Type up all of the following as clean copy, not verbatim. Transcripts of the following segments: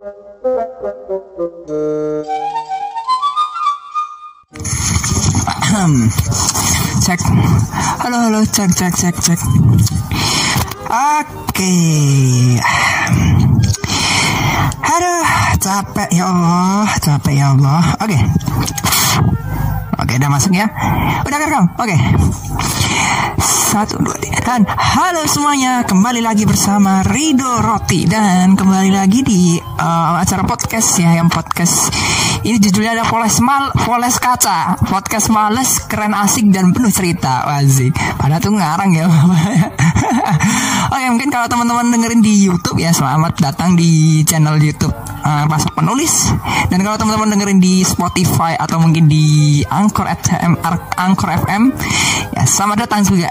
Cek. Halo, cek. Oke. Aduh, capek ya Allah. Oke, udah masuk ya. Udah rekam. Oke. 1, 2, 3. Dan halo semuanya, kembali lagi bersama Rido Roti dan kembali lagi di acara podcast ya, yang podcast ini judulnya ada Poles Kaca. Podcast males, keren, asik dan penuh cerita. Wazik. Padahal tuh ngarang ya. Oke, mungkin kalau teman-teman dengerin di YouTube ya, selamat datang di channel YouTube Pasok Penulis. Dan kalau teman-teman dengerin di Spotify atau mungkin di Anchor FM ya, selamat datang juga.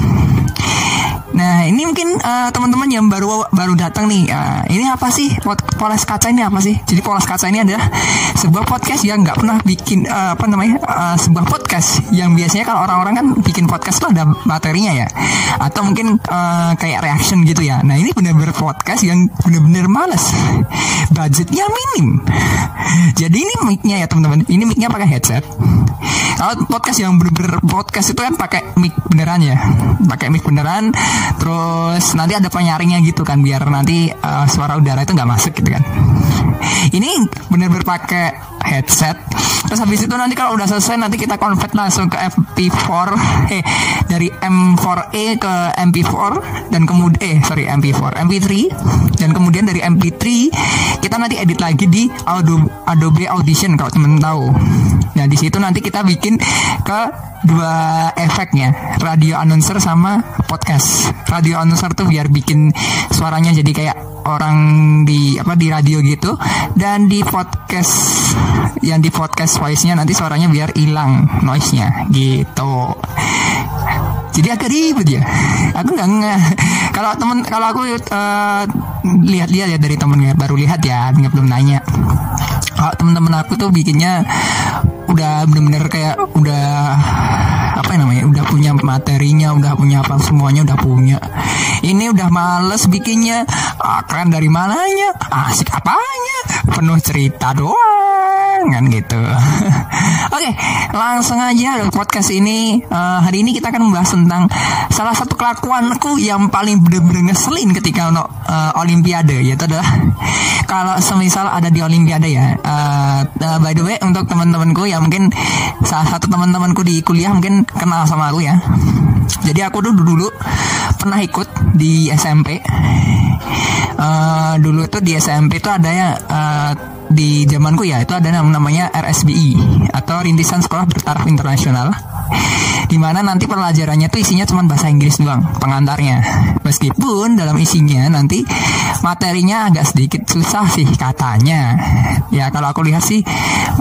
Nah, ini mungkin teman-teman yang baru datang nih. Ini apa sih? Poles Kaca ini apa sih? Jadi Poles Kaca ini adalah sebuah podcast yang nggak pernah bikin sebuah podcast yang biasanya kalau orang-orang kan bikin podcast tuh ada materinya ya, atau mungkin kayak reaction gitu ya. Nah, ini benar-benar podcast yang benar-benar males, budgetnya minim. Jadi ini mic-nya ya teman-teman. Ini mic-nya pakai headset. Kalau podcast yang bener-bener podcast itu kan pakai mic beneran ya, pakai mic beneran, terus nanti ada penyaringnya gitu kan, biar nanti suara udara itu nggak masuk gitu kan. Ini bener-bener pakai headset. Terus habis itu nanti kalau udah selesai nanti kita convert langsung ke MP4, dari M4A ke MP4 dan kemudian MP3 dan kemudian dari MP3 kita nanti edit lagi di Adobe Audition kalau temen tahu. Nah, di situ nanti kita bikin ke dua efeknya, radio announcer sama podcast. Radio announcer tuh biar bikin suaranya jadi kayak orang di radio gitu, dan di podcast voice-nya nanti suaranya biar hilang noise-nya gitu. Jadi agak ribet ya. Aku nggak kalau aku lihat-lihat ya dari temen ya, baru lihat ya, belum nanya. Kalau temen-temen aku tuh bikinnya udah bener-bener kayak udah punya materinya, udah punya apa semuanya udah punya. Ini udah males bikinnya. Keren dari mananya, asik apanya, penuh cerita doang kan gitu. Oke, langsung aja podcast ini. Hari ini kita akan membahas tentang salah satu kelakuanku yang paling bener-bener ngeselin ketika Olimpiade, yaitu adalah kalau semisal ada di Olimpiade ya. By the way, untuk teman-temanku yang mungkin salah satu teman-temanku di kuliah mungkin kenal sama aku ya. Jadi aku dulu pernah ikut di SMP. Dulu tuh di SMP itu ada ya, di zamanku ya, itu ada namanya RSBI atau Rintisan Sekolah Bertaraf Internasional, dimana nanti pelajarannya tuh isinya cuma bahasa Inggris doang, pengantarnya. Meskipun dalam isinya nanti materinya agak sedikit susah sih katanya. Ya kalau aku lihat sih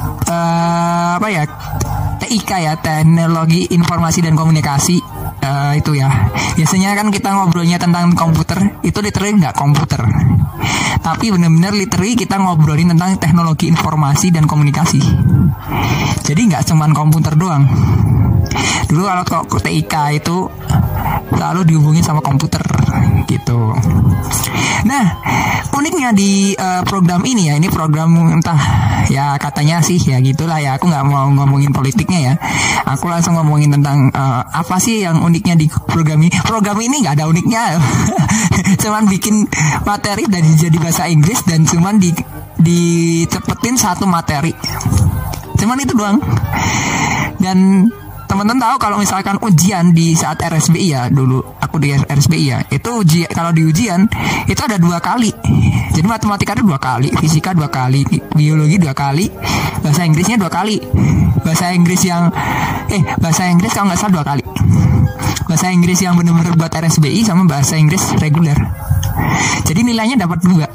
TIK ya, Teknologi Informasi dan Komunikasi. Itu ya, biasanya kan kita ngobrolnya tentang komputer, itu literally nggak komputer, tapi benar-benar literally kita ngobrolin tentang teknologi informasi dan komunikasi. Jadi nggak cuman komputer doang. Dulu kalau TIK itu selalu dihubungin sama komputer gitu. Nah, uniknya di program ini ya, ini program entah ya, katanya sih ya gitulah ya. Aku nggak mau ngomongin politiknya ya. Aku langsung ngomongin tentang apa sih yang uniknya di program ini. Program ini nggak ada uniknya. Cuman bikin materi dari jadi bahasa Inggris dan cuman dicepetin satu materi. Cuman itu doang. Dan teman-teman tahu kalau misalkan ujian di saat RSBI ya, dulu aku di RSBI ya, itu kalau di ujian itu ada 2 kali. Jadi matematika ada 2 kali, fisika 2 kali, biologi 2 kali, bahasa Inggrisnya 2 kali. Bahasa Inggris kalau nggak salah 2 kali. Bahasa Inggris yang benar-benar buat RSBI sama bahasa Inggris reguler. Jadi nilainya dapat 2.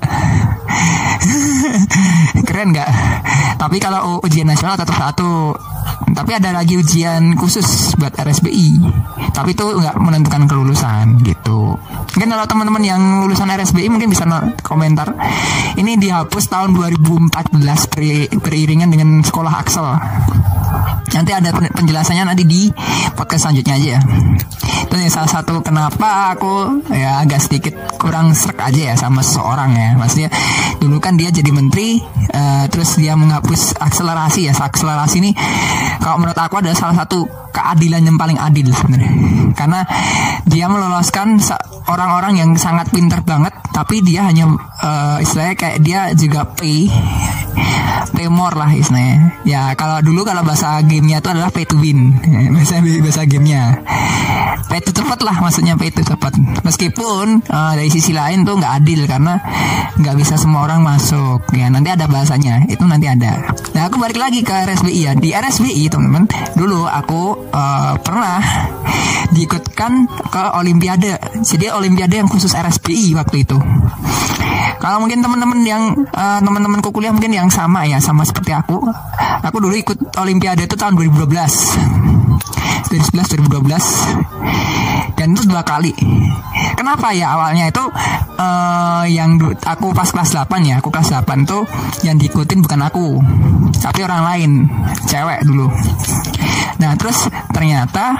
Keren nggak? Tapi kalau ujian nasional tetap 1. Tapi ada lagi ujian khusus buat RSBI. Tapi itu nggak menentukan kelulusan gitu. Mungkin kalau teman-teman yang lulusan RSBI mungkin bisa komentar. Ini dihapus tahun 2014 beriringan dengan sekolah Axel. Nanti ada penjelasannya nanti di podcast selanjutnya aja ya. Itu ya salah satu kenapa aku ya agak sedikit kurang srek aja ya sama seseorang ya. Maksudnya dulu kan dia jadi menteri, terus dia menghapus akselerasi ya. Akselerasi ini kalau menurut aku adalah salah satu keadilan yang paling adil sebenarnya, karena dia meloloskan orang-orang yang sangat pintar banget, tapi dia hanya istilahnya kayak dia juga pay more lah istilahnya. Ya kalau dulu kalau bahasa gamenya itu adalah pay to win, bahasa gamenya pay to cepat lah, maksudnya pay to cepat. Meskipun dari sisi lain tuh nggak adil karena nggak bisa semua orang masuk. Ya nanti ada bahasanya, itu nanti ada. Nah aku balik lagi ke RSBI ya. Di RSBI teman-teman, dulu aku pernah diikutkan ke Olimpiade. Jadi Olimpiade yang khusus RSBI waktu itu. Kalau mungkin teman-teman yang teman-temanku kuliah mungkin yang sama ya, sama seperti aku dulu ikut Olimpiade itu tahun 2012, 2012, dan itu 2 kali. Kenapa ya? Awalnya itu yang aku pas kelas 8 ya, aku kelas 8 tuh yang diikutin bukan aku, tapi orang lain, cewek dulu. Nah terus ternyata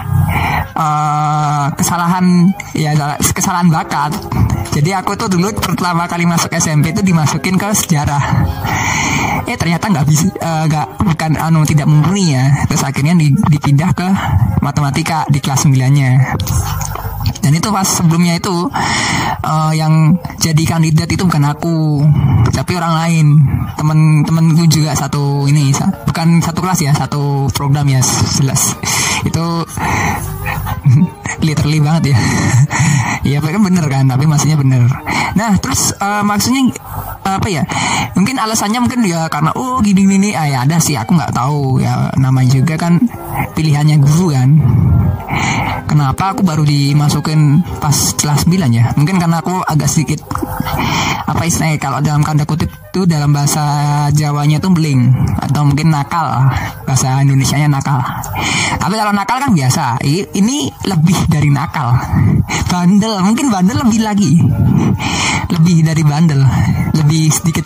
kesalahan bakat. Jadi aku tuh dulu pertama kali masuk SMP itu dimasukin ke sejarah. Ternyata tidak mumpuni ya. Terus akhirnya dipindah ke matematika di kelas 9-nya. Dan itu pas sebelumnya itu yang jadi kandidat itu bukan aku, tapi orang lain. Temen-temenku juga bukan satu kelas ya, satu program ya, jelas. Itu literally banget ya. Iya kan bener kan, tapi maksudnya bener. Nah terus maksudnya apa ya? Mungkin alasannya mungkin ya karena gini ya ada sih, aku nggak tahu ya, namanya juga kan pilihannya guru kan. Kenapa aku baru dimasukin pas kelas 9 ya? Mungkin karena aku agak sedikit apa istilahnya, kalau dalam tanda kutip itu dalam bahasa Jawanya tuh beling, atau mungkin nakal, bahasa Indonesianya nakal. Tapi kalau nakal kan biasa, ini lebih dari nakal, bandel, mungkin bandel lebih lagi, lebih dari bandel, lebih sedikit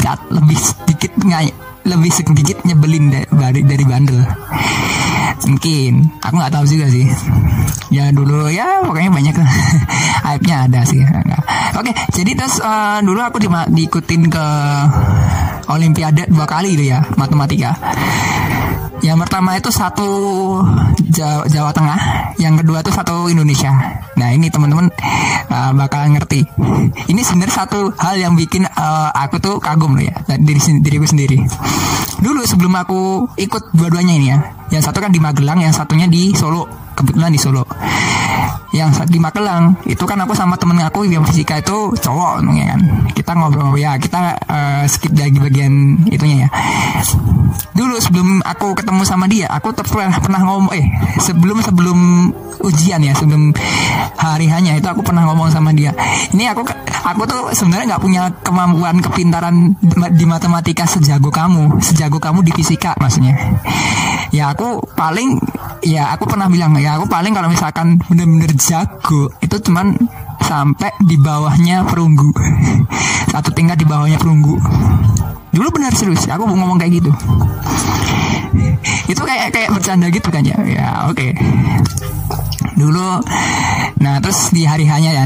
nyebelin dari bandel. Mungkin aku nggak tahu juga sih. Ya dulu ya pokoknya banyak lah. Hype-nya ada sih. Oke, jadi terus dulu aku diikutin ke Olimpiade 2 kali itu ya, matematika. Yang pertama itu satu Jawa Tengah, yang kedua itu satu Indonesia. Nah ini teman-teman bakal ngerti. Ini sebenarnya satu hal yang bikin aku tuh kagum loh ya, diriku sendiri. Dulu sebelum aku ikut dua-duanya ini ya, yang satu kan di Magelang, yang satunya di Solo. Kebetulan di Solo. Yang di Magelang itu kan aku sama temen aku yang fisika itu cowok ya kan. Kita ngobrol ya, kita skip dari bagian itunya ya. Dulu sebelum aku ketemu sama dia, aku pernah ngomong sebelum ujian ya, sebelum hari hanya itu aku pernah ngomong sama dia. Ini aku tuh sebenarnya nggak punya kemampuan kepintaran di matematika sejago kamu di fisika maksudnya. Ya aku pernah bilang ya, aku paling kalau misalkan bener-bener jago itu cuman sampai di bawahnya perunggu, satu tingkat di bawahnya perunggu. Dulu benar serius, aku ngomong kayak gitu. Itu kayak bercanda gitu kan ya. Ya oke. Dulu, nah terus di hari hanya,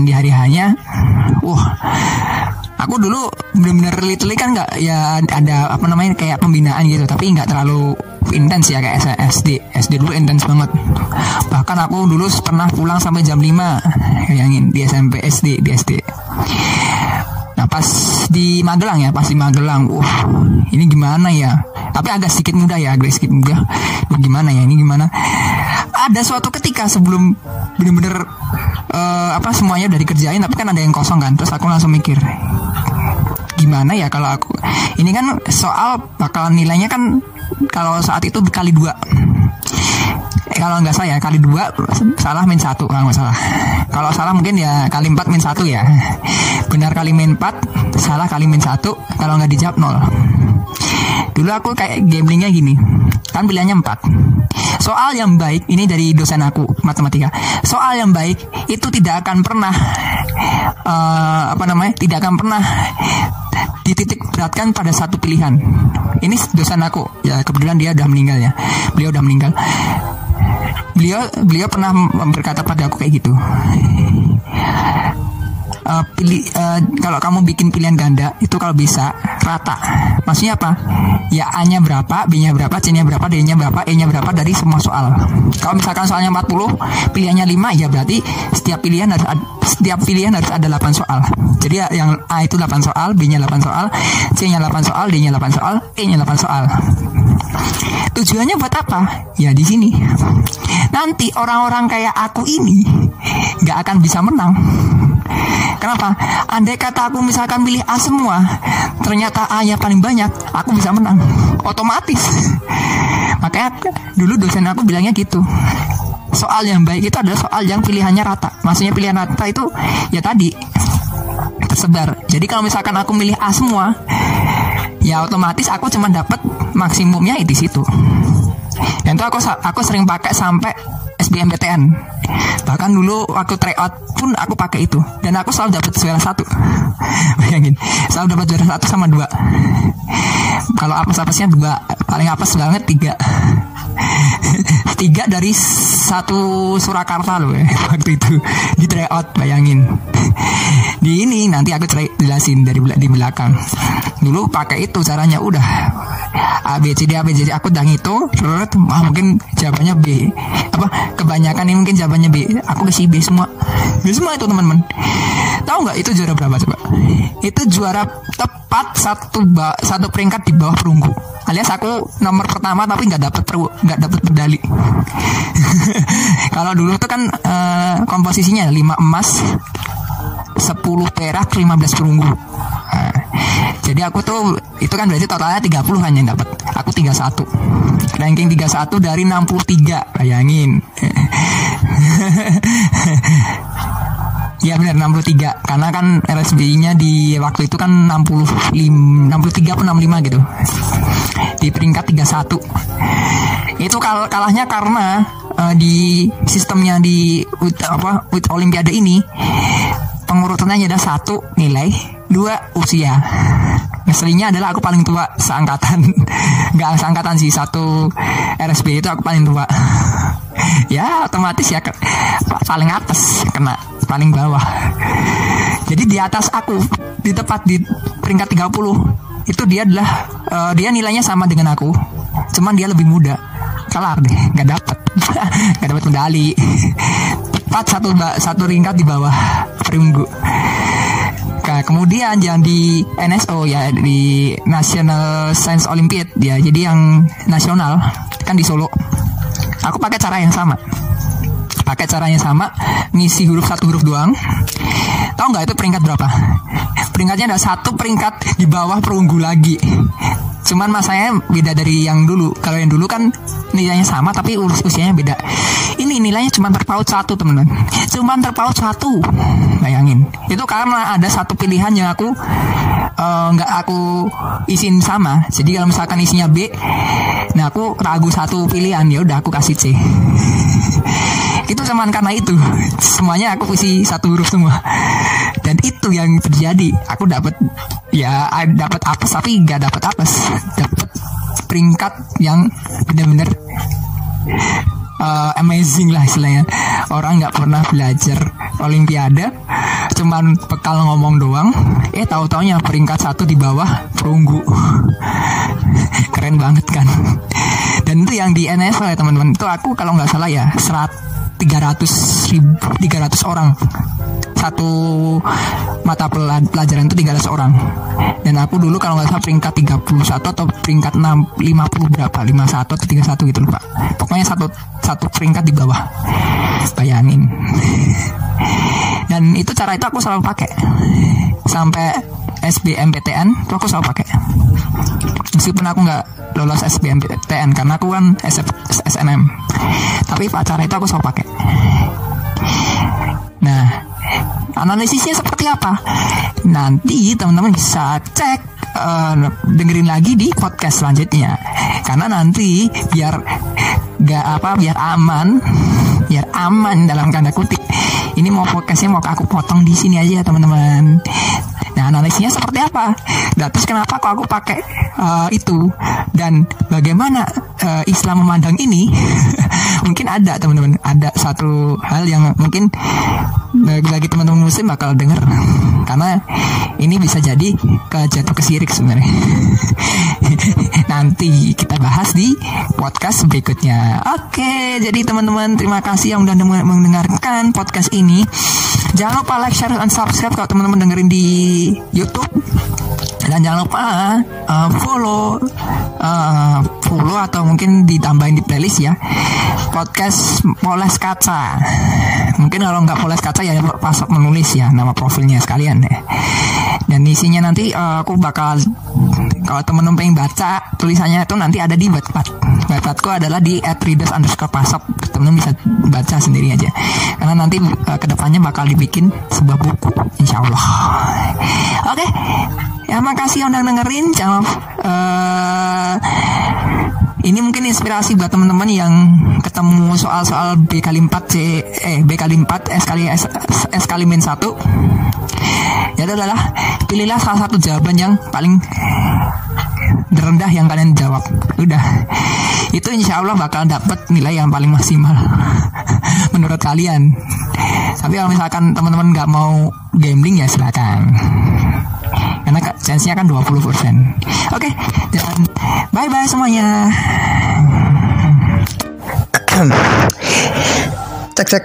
aku dulu benar-benar literally kan nggak ya, ada kayak pembinaan gitu, tapi nggak terlalu intens ya kayak SD dulu intens banget. Bahkan aku dulu pernah pulang sampai jam 5, bayangin, di SMP SD. Nah pas di Magelang, ini gimana ya? Tapi agak sedikit mudah. Gimana ya? Ini gimana? Ada suatu ketika sebelum bener-bener semuanya udah dikerjain, tapi kan ada yang kosong kan. Terus aku langsung mikir, gimana ya kalau aku ini kan soal bakalan nilainya kan kalau saat itu kali 2. Kalau nggak salah ya kali 2, salah min 1 kalau nggak salah. Kalau salah mungkin ya kali 4 min 1 ya. Benar kali min 4, salah kali min 1. Kalau nggak dijawab 0. Dulu aku kayak gamblingnya gini, kan pilihannya 4. Soal yang baik, ini dari dosen aku matematika. Soal yang baik itu tidak akan pernah tidak akan pernah dititik beratkan pada satu pilihan. Ini dosen aku ya, kebetulan dia udah meninggal ya. Beliau udah meninggal. Beliau pernah berkata pada aku kayak gitu. kalau kamu bikin pilihan ganda itu kalau bisa rata. Maksudnya apa? Ya A-nya berapa, B-nya berapa, C-nya berapa, D-nya berapa, E-nya berapa dari semua soal. Kalau misalkan soalnya 40, pilihannya 5, ya berarti setiap pilihan harus ada 8 soal. Jadi ya, yang A itu 8 soal, B-nya 8 soal, C-nya 8 soal, D-nya 8 soal, E-nya 8 soal. Tujuannya buat apa? Ya di sini. Nanti orang-orang kayak aku ini nggak akan bisa menang. Kenapa? Andai kata aku misalkan pilih A semua, ternyata A-nya paling banyak, aku bisa menang. Otomatis. Makanya dulu dosen aku bilangnya gitu. Soal yang baik itu adalah soal yang pilihannya rata. Maksudnya pilihan rata itu ya tadi tersebar. Jadi kalau misalkan aku milih A semua, ya otomatis aku cuma dapat maksimumnya di situ. Dan itu aku sering pakai sampai SBMPTN. Bahkan dulu waktu tryout pun aku pakai itu. Dan aku selalu dapat juara 1. Bayangin, selalu dapat juara 1 sama 2. Kalau apes-apesnya 2, paling apes banget 3. 3 dari 1 Surakarta loh ya, waktu itu di tryout, bayangin. Di ini nanti aku jelasin di belakang. Dulu pakai itu caranya, udah A B C D aku udah ngitung, mungkin jawabannya B. Kebanyakan ini mungkin jawabannya B. Aku kasih B semua itu teman-teman. Tahu nggak itu juara berapa coba? Itu juara tepat satu peringkat di bawah perunggu. Alias aku nomor pertama tapi nggak dapat medali. Kalau dulu tuh kan komposisinya 5 emas, 10 perak, 15 perunggu. Jadi aku tuh itu kan berarti totalnya 30 kan yang dapat. Aku 31. Ranking 31 dari 63. Bayangin. Ya benar 63. Karena kan RSBI-nya di waktu itu kan 63 atau 65 gitu. Di peringkat 31. Itu kalahnya karena di sistemnya di Olimpiade ini pengurutannya ada 1 nilai, 2 usia. Ngeselinnya adalah aku paling tua seangkatan. Gak seangkatan sih, 1 RSB itu aku paling tua. Ya otomatis ya paling atas kena, paling bawah. Jadi di atas aku, di tepat di peringkat 30 itu dia adalah dia nilainya sama dengan aku, cuman dia lebih muda. Kelar deh, gak dapat medali. Tepat satu ringkat di bawah perunggu. Nah, kemudian yang di NSO ya, di National Science Olympiad ya, jadi yang nasional kan di Solo. Aku pakai cara yang sama. Ngisi huruf 1 huruf doang. Tahu nggak itu peringkat berapa? Peringkatnya ada 1 peringkat di bawah perunggu lagi. Cuman masanya beda dari yang dulu. Kalau yang dulu kan nilainya sama tapi usianya beda. Ini nilainya cuma terpaut 1 teman-teman. Cuma terpaut 1. Bayangin. Itu karena ada 1 pilihan yang aku nggak aku isiin sama. Jadi kalau misalkan isinya B, nah aku ragu 1 pilihan, ya udah aku kasih C. Itu cuman karena itu. Semuanya aku isi 1 huruf semua. Dan itu yang terjadi. Aku dapat apes tapi nggak dapat apes. Dapat peringkat yang benar-benar amazing lah istilahnya. Orang nggak pernah belajar Olimpiade, cuman bekal ngomong doang. Tahu-taunya peringkat 1 di bawah perunggu. Keren banget kan. Dan itu yang di NSO ya teman-teman. Itu aku kalau nggak salah ya 300 orang. Satu mata pelajaran itu 300 orang. Dan aku dulu kalau nggak salah peringkat 31 atau peringkat 50 berapa, 51 atau 31 gitu lupa. Pokoknya satu peringkat di bawah. Bayangin. Dan itu cara itu aku selalu pakai sampai SBMPTN itu aku selalu pakai. Meskipun aku nggak lolos SBMPTN karena aku kan SNM, tapi cara itu aku selalu pakai. Nah, analisisnya seperti apa? Nanti teman-teman bisa cek, dengerin lagi di podcast selanjutnya. Karena nanti biar aman dalam tanda kutip. Ini podcastnya mau aku potong di sini aja ya teman-teman. Nah, analisisnya seperti apa? Nah, terus kenapa kok aku pakai itu? Dan bagaimana Islam memandang ini? Mungkin ada teman-teman, ada satu hal yang mungkin bagi teman-teman muslim bakal denger, karena ini bisa jadi jatuh ke syirik sebenarnya. Nanti kita bahas di podcast berikutnya. Oke, jadi teman-teman terima kasih yang udah mendengarkan podcast ini. Jangan lupa like, share, dan subscribe kalau teman-teman dengerin di YouTube. Dan jangan lupa follow atau mungkin ditambahin di playlist ya, podcast Poles Kaca. Mungkin kalau nggak Poles Kaca ya Pasok Menulis ya, nama profilnya sekalian ya. Dan isinya nanti aku bakal, kalau teman-teman pengen baca tulisannya itu nanti ada di Wattpad. Wattpadku adalah di @readers_pasok. Teman-teman bisa baca sendiri aja, karena nanti kedepannya bakal dibikin sebuah buku, insya Allah. Oke. Ya, makasih yang udah dengerin. Jangan ini mungkin inspirasi buat teman-teman yang ketemu soal-soal B kali 4 B kali 4 S kali min 1. Ya adalah pilihlah salah satu jawaban yang paling terendah yang kalian jawab. Udah, itu insya Allah bakal dapat nilai yang paling maksimal menurut kalian. Tapi kalau misalkan teman-teman nggak mau gambling ya silakan, karena chance-nya kan 20%. Oke, dan bye-bye semuanya. Cek.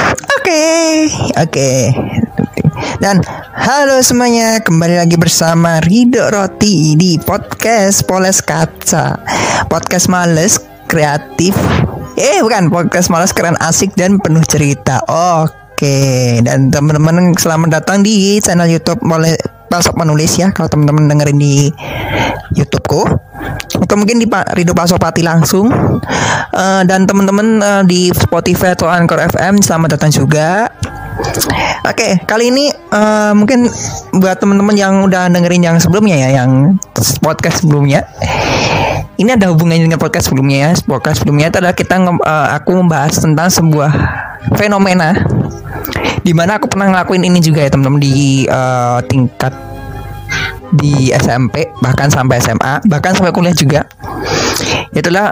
Oke. Dan halo semuanya, kembali lagi bersama Ridho Roti di podcast Poles Kaca. Podcast males, kreatif. Podcast males, keren, asik, dan penuh cerita. Oke, dan teman-teman selamat datang di channel YouTube Pasok Menulis ya, kalau teman-teman dengerin di YouTubeku, atau mungkin di Ridho Pasopati langsung, dan teman-teman di Spotify atau Anchor FM, selamat datang juga. Oke, kali ini mungkin buat teman-teman yang udah dengerin yang sebelumnya ya, yang podcast sebelumnya, ini ada hubungannya dengan podcast sebelumnya ya. Podcast sebelumnya itu adalah aku membahas tentang sebuah fenomena, dimana aku pernah ngelakuin ini juga ya teman-teman, di tingkat di SMP, bahkan sampai SMA, bahkan sampai kuliah juga. Itulah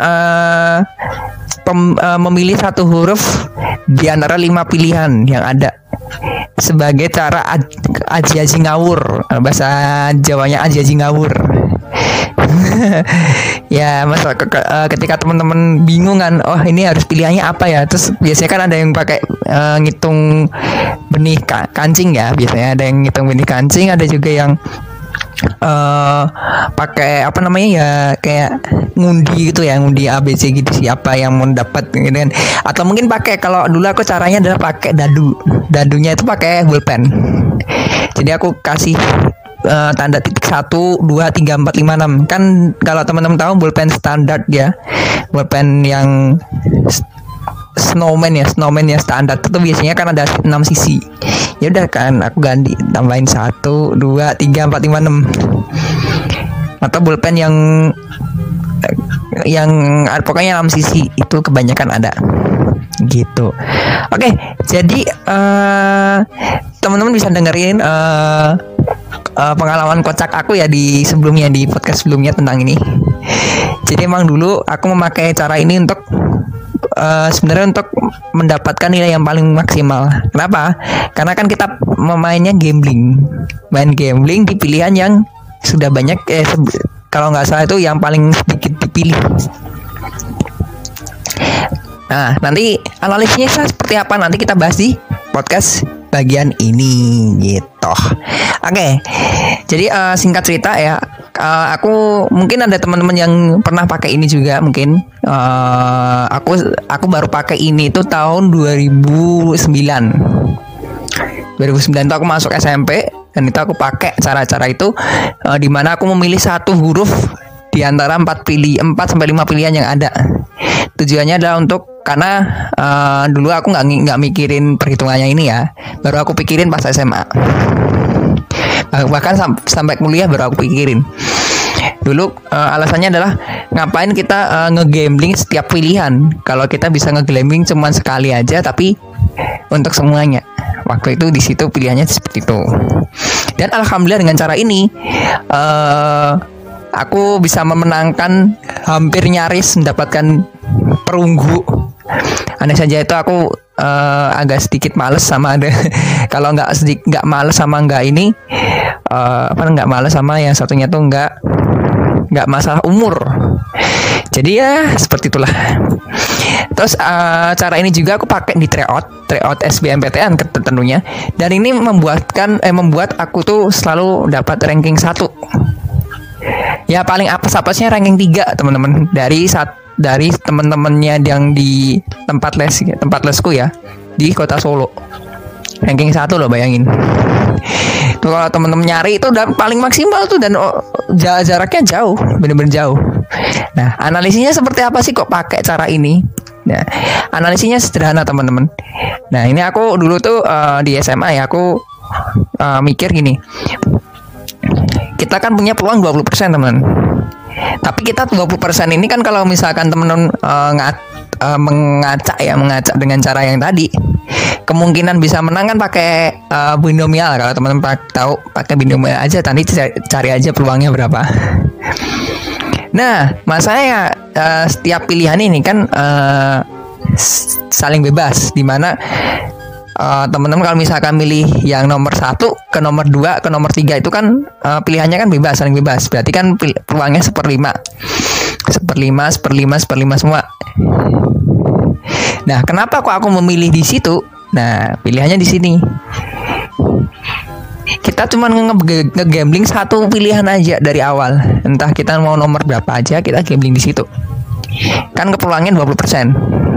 memilih satu huruf di antara 5 pilihan yang ada sebagai cara aji-aji ngawur. Bahasa Jawanya aji-aji ngawur. Ya, ketika teman-teman bingung kan, oh ini harus pilihannya apa ya? Terus biasanya kan ada yang pakai ngitung benih kancing ya. Biasanya ada yang ngitung benih kancing, ada juga yang pakai apa namanya ya, kayak ngundi gitu ya, ngundi ABC gitu, siapa yang mau dapat gitu kan. Atau mungkin kalau dulu aku caranya adalah pakai dadunya itu pakai pulpen. Jadi aku kasih tanda titik 1, 2, 3, 4, 5, 6. Kan kalau teman-teman tahu pulpen standar ya, pulpen yang snowman ya standar itu biasanya kan ada 6 sisi. Ya udah kan, aku ganti tambahin 1, 2, 3, 4, 5, 6. Atau pulpen yang pokoknya 6 sisi itu kebanyakan ada gitu. Oke, jadi teman-teman bisa dengerin pengalaman kocak aku ya di podcast sebelumnya tentang ini. Jadi emang dulu aku memakai cara ini untuk sebenarnya untuk mendapatkan nilai yang paling maksimal. Kenapa? Karena kan kita memainnya main gambling di pilihan yang sudah banyak, kalau nggak salah itu yang paling sedikit dipilih. Nah, nanti analisisnya seperti apa nanti kita bahas di podcast bagian ini gitu. Oke, jadi singkat cerita ya, aku mungkin ada teman-teman yang pernah pakai ini juga mungkin. Aku baru pakai ini itu tahun 2009 itu aku masuk SMP, dan itu aku pakai cara-cara itu, di mana aku memilih satu huruf di antara 4 sampai 5 pilihan yang ada. Tujuannya adalah karena dulu aku nggak mikirin perhitungannya ini ya, baru aku pikirin pas SMA. Bahkan sampai kuliah baru aku pikirin. Dulu alasannya adalah ngapain kita ngegambling setiap pilihan kalau kita bisa ngegambling cuma sekali aja tapi untuk semuanya. Waktu itu di situ pilihannya seperti itu. Dan alhamdulillah dengan cara ini aku bisa memenangkan, hampir nyaris mendapatkan perunggu. Hanya saja itu aku agak sedikit males sama ada kalau nggak males sama nggak ini nggak males sama yang satunya tuh nggak masalah umur. Jadi ya seperti itulah. Terus cara ini juga aku pakai di tryout SBMPTN tentunya. Dan ini membuat aku tuh selalu dapat ranking 1. Ya paling apes-apesnya ranking 3 teman-teman, dari teman-temannya yang di tempat lesku ya di kota Solo. Ranking 1 loh, bayangin. Tuh kalau teman-teman nyari itu udah paling maksimal tuh, dan jaraknya jauh, bener-bener jauh. Nah, analisisnya seperti apa sih kok pakai cara ini? Nah, analisisnya sederhana teman-teman. Nah, ini aku dulu tuh di SMA ya, aku mikir gini. Kita kan punya peluang 20% teman. Tapi kita 20% ini kan kalau misalkan teman-teman mengacak dengan cara yang tadi, kemungkinan bisa menang kan pakai binomial. Kalau teman-teman tahu pakai binomial aja, tadi cari aja peluangnya berapa. Nah, masalahnya setiap pilihan ini kan saling bebas, dimana teman-teman kalau misalkan milih yang nomor 1 ke nomor 2 ke nomor 3 itu kan pilihannya kan bebas, saling bebas. Berarti kan peluangnya 1/5 semua. Nah, kenapa kok aku memilih di situ? Nah, pilihannya di sini. Kita cuma nge-gambling satu pilihan aja dari awal. Entah kita mau nomor berapa aja, kita gambling di situ. Kan peluangnya 20%.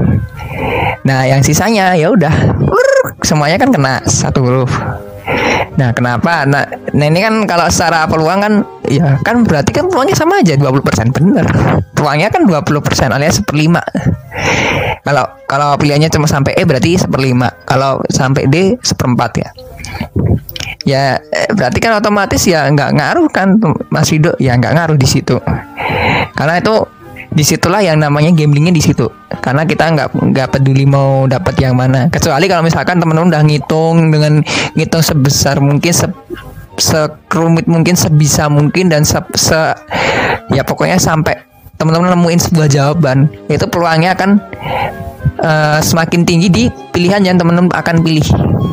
Nah, yang sisanya ya udah semuanya kan kena satu huruf. Nah, kenapa? Nah, ini kan kalau secara peluang kan ya kan berarti kan peluangnya sama aja 20%, bener. Peluangnya kan 20% alias 1/5. Kalau pilihannya cuma sampai E berarti 1/5. Kalau sampai D 1/4 ya. Ya berarti kan otomatis ya nggak ngaruh kan Mas Rido, ya nggak ngaruh di situ. Karena itu disitulah yang namanya gamblingnya di situ. Karena kita nggak peduli mau dapat yang mana. Kecuali kalau misalkan teman-teman udah ngitung sebesar mungkin, sekerumit mungkin, sebisa mungkin, dan ya pokoknya sampai teman-teman nemuin sebuah jawaban, itu peluangnya akan semakin tinggi di pilihan yang teman-teman akan pilih.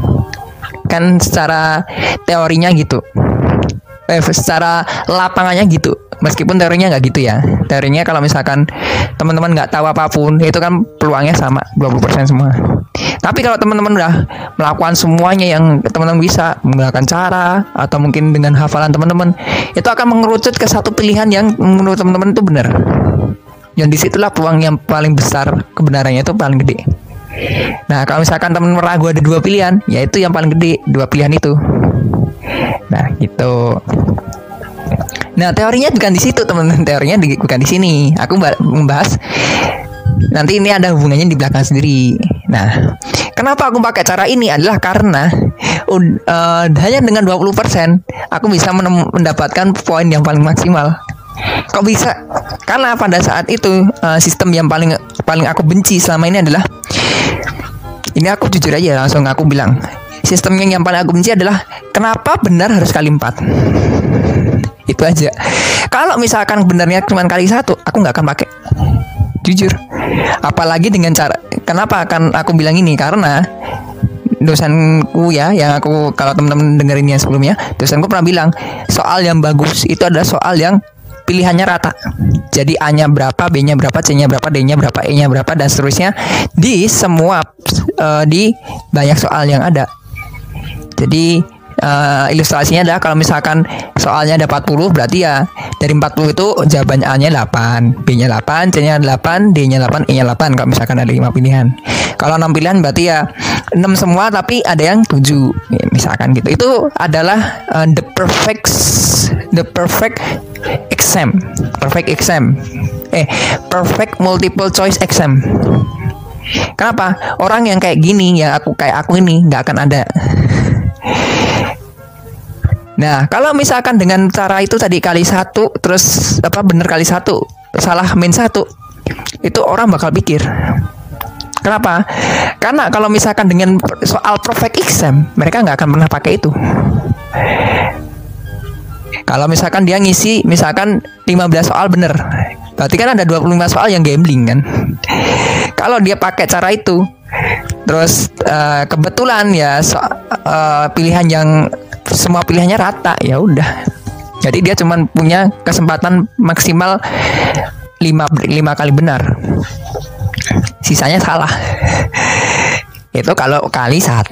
Kan secara teorinya gitu, secara lapangannya gitu. Meskipun teorinya nggak gitu ya. Teorinya kalau misalkan teman-teman nggak tahu apapun, itu kan peluangnya sama 20% semua. Tapi kalau teman-teman udah melakukan semuanya yang teman-teman bisa, menggunakan cara atau mungkin dengan hafalan teman-teman, itu akan mengerucut ke satu pilihan yang menurut teman-teman itu benar. Yang disitulah peluang yang paling besar kebenarannya itu paling gede. Nah, kalau misalkan teman-teman ragu ada 2 pilihan, ya itu yang paling gede, 2 pilihan itu. Nah, gitu. Nah, teorinya bukan di situ, teman-teman. Teorinya bukan di sini. Aku membahas nanti ini ada hubungannya di belakang sendiri. Nah, kenapa aku pakai cara ini adalah karena hanya dengan 20% aku bisa mendapatkan poin yang paling maksimal. Kok bisa? Karena pada saat itu sistem yang paling aku benci selama ini adalah, ini aku jujur aja langsung aku bilang, sistem yang paling aku benci adalah kenapa benar harus kali 4. Itu aja. Kalau misalkan benarnya cuma kali 1, aku nggak akan pakai. Jujur. Apalagi dengan cara, kenapa akan aku bilang ini? Karena dosenku ya, yang aku, kalau teman-teman dengerin yang sebelumnya, dosenku pernah bilang soal yang bagus itu adalah soal yang pilihannya rata. Jadi A-nya berapa, B-nya berapa, C-nya berapa, D-nya berapa, E-nya berapa, dan seterusnya di semua di banyak soal yang ada. Jadi ilustrasinya adalah kalau misalkan soalnya ada 40, berarti ya dari 40 itu jawaban A-nya 8, B-nya 8, C-nya 8, D-nya 8, E-nya 8 kalau misalkan ada 5 pilihan. Kalau 6 pilihan berarti ya 6 semua tapi ada yang 7 ya, misalkan gitu. Itu adalah the perfect exam. Perfect multiple choice exam. Kenapa? Orang yang kayak gini, ya kayak aku ini nggak akan ada. Nah, kalau misalkan dengan cara itu tadi kali 1, terus bener kali 1, salah min 1, itu orang bakal pikir. Kenapa? Karena kalau misalkan dengan soal perfect exam, mereka nggak akan pernah pakai itu. Kalau misalkan dia ngisi misalkan 15 soal bener, berarti kan ada 25 soal yang gambling kan. Kalau dia pakai cara itu, terus kebetulan ya pilihan yang semua pilihannya rata, ya udah. Jadi dia cuma punya kesempatan maksimal 5 kali benar. Sisanya salah. Itu kalau kali 1.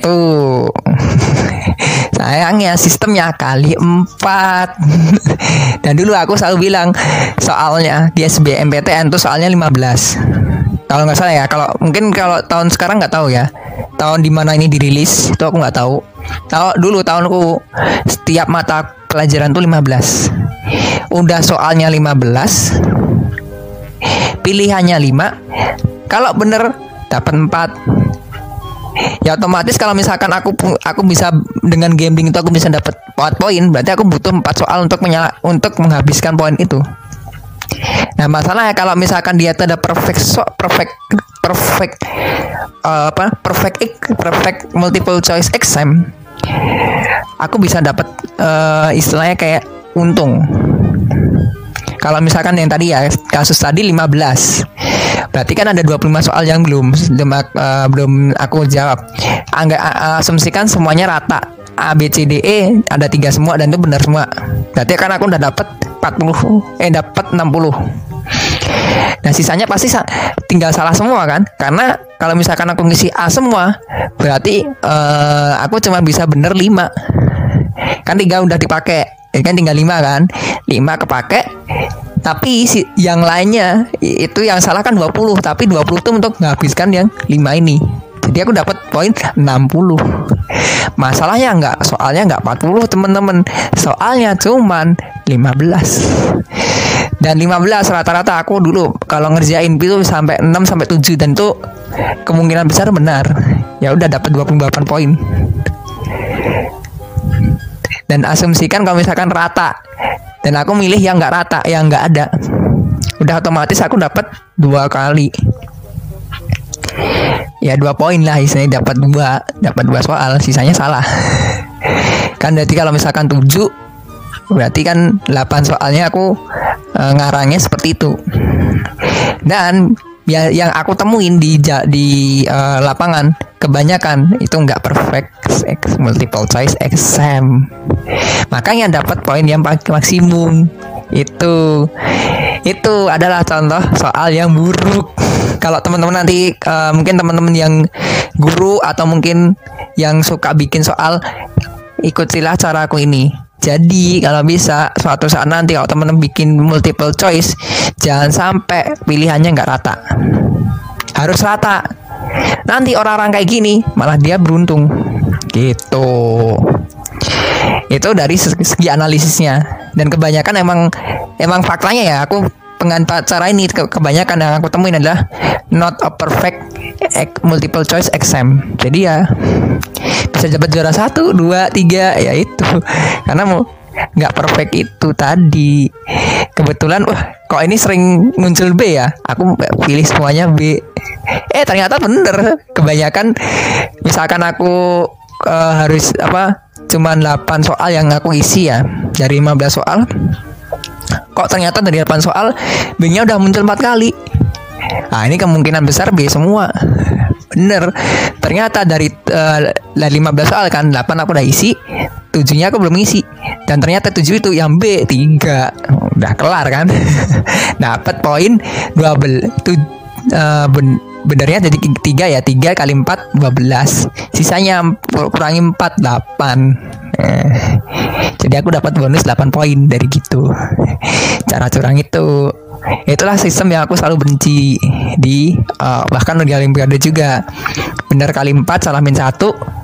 Sayangnya sistemnya kali 4. Dan dulu aku selalu bilang soalnya di SBMPTN tuh soalnya 15. Kalau nggak salah ya, kalau tahun sekarang nggak tahu ya. Tahun dimana ini dirilis itu aku nggak tahu. Dulu tahunku setiap mata pelajaran tuh 15. Udah soalnya 15. Pilihannya 5. Kalau bener dapat 4. Ya otomatis kalau misalkan aku bisa dengan gambling itu aku bisa dapat 4 poin, berarti aku butuh 4 soal untuk menghabiskan poin itu. Nah masalahnya kalau misalkan dia tuh ada perfect multiple choice exam, aku bisa dapat istilahnya kayak untung. Kalau misalkan yang tadi ya kasus tadi 15, berarti kan ada 25 soal yang belum aku jawab. Asumsikan semuanya rata, A, B, C, D, E ada 3 semua dan itu benar semua. Berarti kan aku udah dapat 60. Nah sisanya pasti tinggal salah semua kan? Karena kalau misalkan aku ngisi A semua, berarti aku cuma bisa bener 5. Kan 3 udah dipakai, kan tinggal 5 kan? 5 kepake. Tapi yang lainnya itu yang salah kan 20, tapi 20 itu untuk menghabiskan yang 5 ini. Jadi aku dapat poin 60. Masalahnya soalnya enggak 40 teman-teman. Soalnya cuman 15. Dan 15 rata-rata aku dulu kalau ngerjain itu sampai 6 sampai 7 dan itu kemungkinan besar benar. Ya udah dapat 28 poin. Dan asumsikan kalau misalkan rata. Dan aku milih yang nggak rata, yang nggak ada. Udah otomatis aku dapat 2 kali. Ya 2 poin lah, istilahnya dapat 2 soal, sisanya salah. Kan berarti kalau misalkan 7, berarti kan 8 soalnya aku ngarangnya seperti itu. Dan ya yang aku temuin di lapangan kebanyakan itu nggak perfect multiple choice exam. Makanya dapat poin yang maksimum. Itu adalah contoh soal yang buruk. Kalau teman-teman nanti mungkin teman-teman yang guru atau mungkin yang suka bikin soal, ikutilah caraku ini. Jadi kalau bisa suatu saat nanti kalau teman-teman bikin multiple choice, jangan sampai pilihannya nggak rata. Harus rata. Nanti orang-orang kayak gini malah dia beruntung. Gitu. Itu dari segi analisisnya. Dan kebanyakan emang faktanya ya, aku pengantar cara ini kebanyakan yang aku temuin adalah not a perfect multiple choice exam. Jadi ya bisa dapat juara 1, 2, 3 ya itu. Karena mau nggak perfect itu tadi. Kebetulan kok ini sering muncul B ya. Aku pilih semuanya B. Ternyata bener. Kebanyakan misalkan aku harus cuman 8 soal yang aku isi ya dari 15 soal. Kok ternyata dari 8 soal B-nya udah muncul 4 kali. Nah ini kemungkinan besar B semua. Bener. Ternyata dari 15 soal kan 8 aku udah isi, 7-nya aku belum isi. Dan ternyata 7 itu yang B 3. Udah kelar kan. Dapat poin 12. Benernya jadi 3 ya. 3 kali 4 12. Sisanya kurangi 4 8. Jadi aku dapat bonus 8 poin dari gitu. Cara curang itu. Itulah sistem yang aku selalu benci di bahkan di Olimpiade juga. Bener kali 4 salah min 1.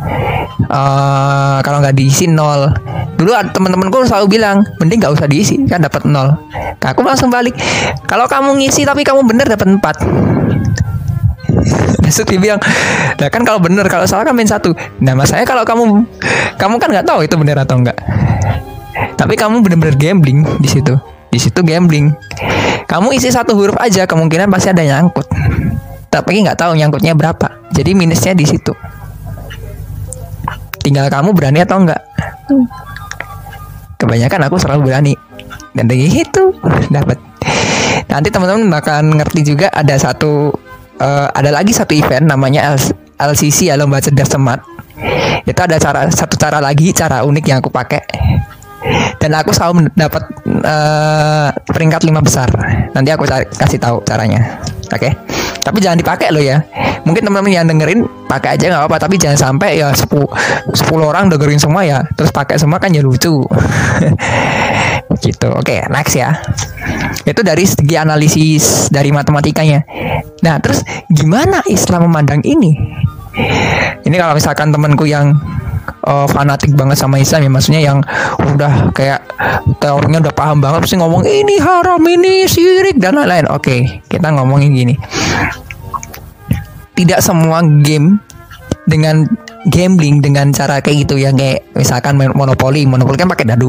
Kalau nggak diisi 0. Dulu teman-temanku selalu bilang mending nggak usah diisi kan dapat 0. Nah, aku langsung balik. Kalau kamu ngisi tapi kamu bener dapat 4. Terus dia bilang, nah kan kalau bener, kalau salah kan min 1. Nah masalahnya kalau kamu kan nggak tahu itu bener atau enggak. Tapi kamu bener-bener gambling di situ. Di situ gambling. Kamu isi 1 huruf aja, kemungkinan pasti ada nyangkut. Tapi nggak tahu nyangkutnya berapa. Jadi minusnya di situ. Tinggal kamu berani atau enggak. kebanyakan aku selalu berani. Dan dari itu dapat. Nanti teman-teman bakal ngerti juga ada lagi satu event namanya LCC ya, lomba cerdas cermat. Itu ada satu cara unik yang aku pakai. Dan aku selalu dapat peringkat 5 besar. Nanti aku kasih tahu caranya. Oke. Tapi jangan dipakai loh ya. Mungkin teman-teman yang dengerin pakai aja nggak apa-apa, tapi jangan sampai ya 10 orang dengerin semua ya, terus pakai semua kan ya lucu. Gitu. Oke, next ya. Itu dari segi analisis dari matematikanya. Nah, terus gimana Islam memandang ini? Ini kalau misalkan temanku yang fanatik banget sama Islam ya, maksudnya yang udah kayak teorinya udah paham banget, pasti ngomong ini haram, ini syirik dan lain-lain. Oke, kita ngomongin gini. Tidak semua game dengan gambling dengan cara kayak gitu ya, kayak misalkan main monopoli kan pakai dadu.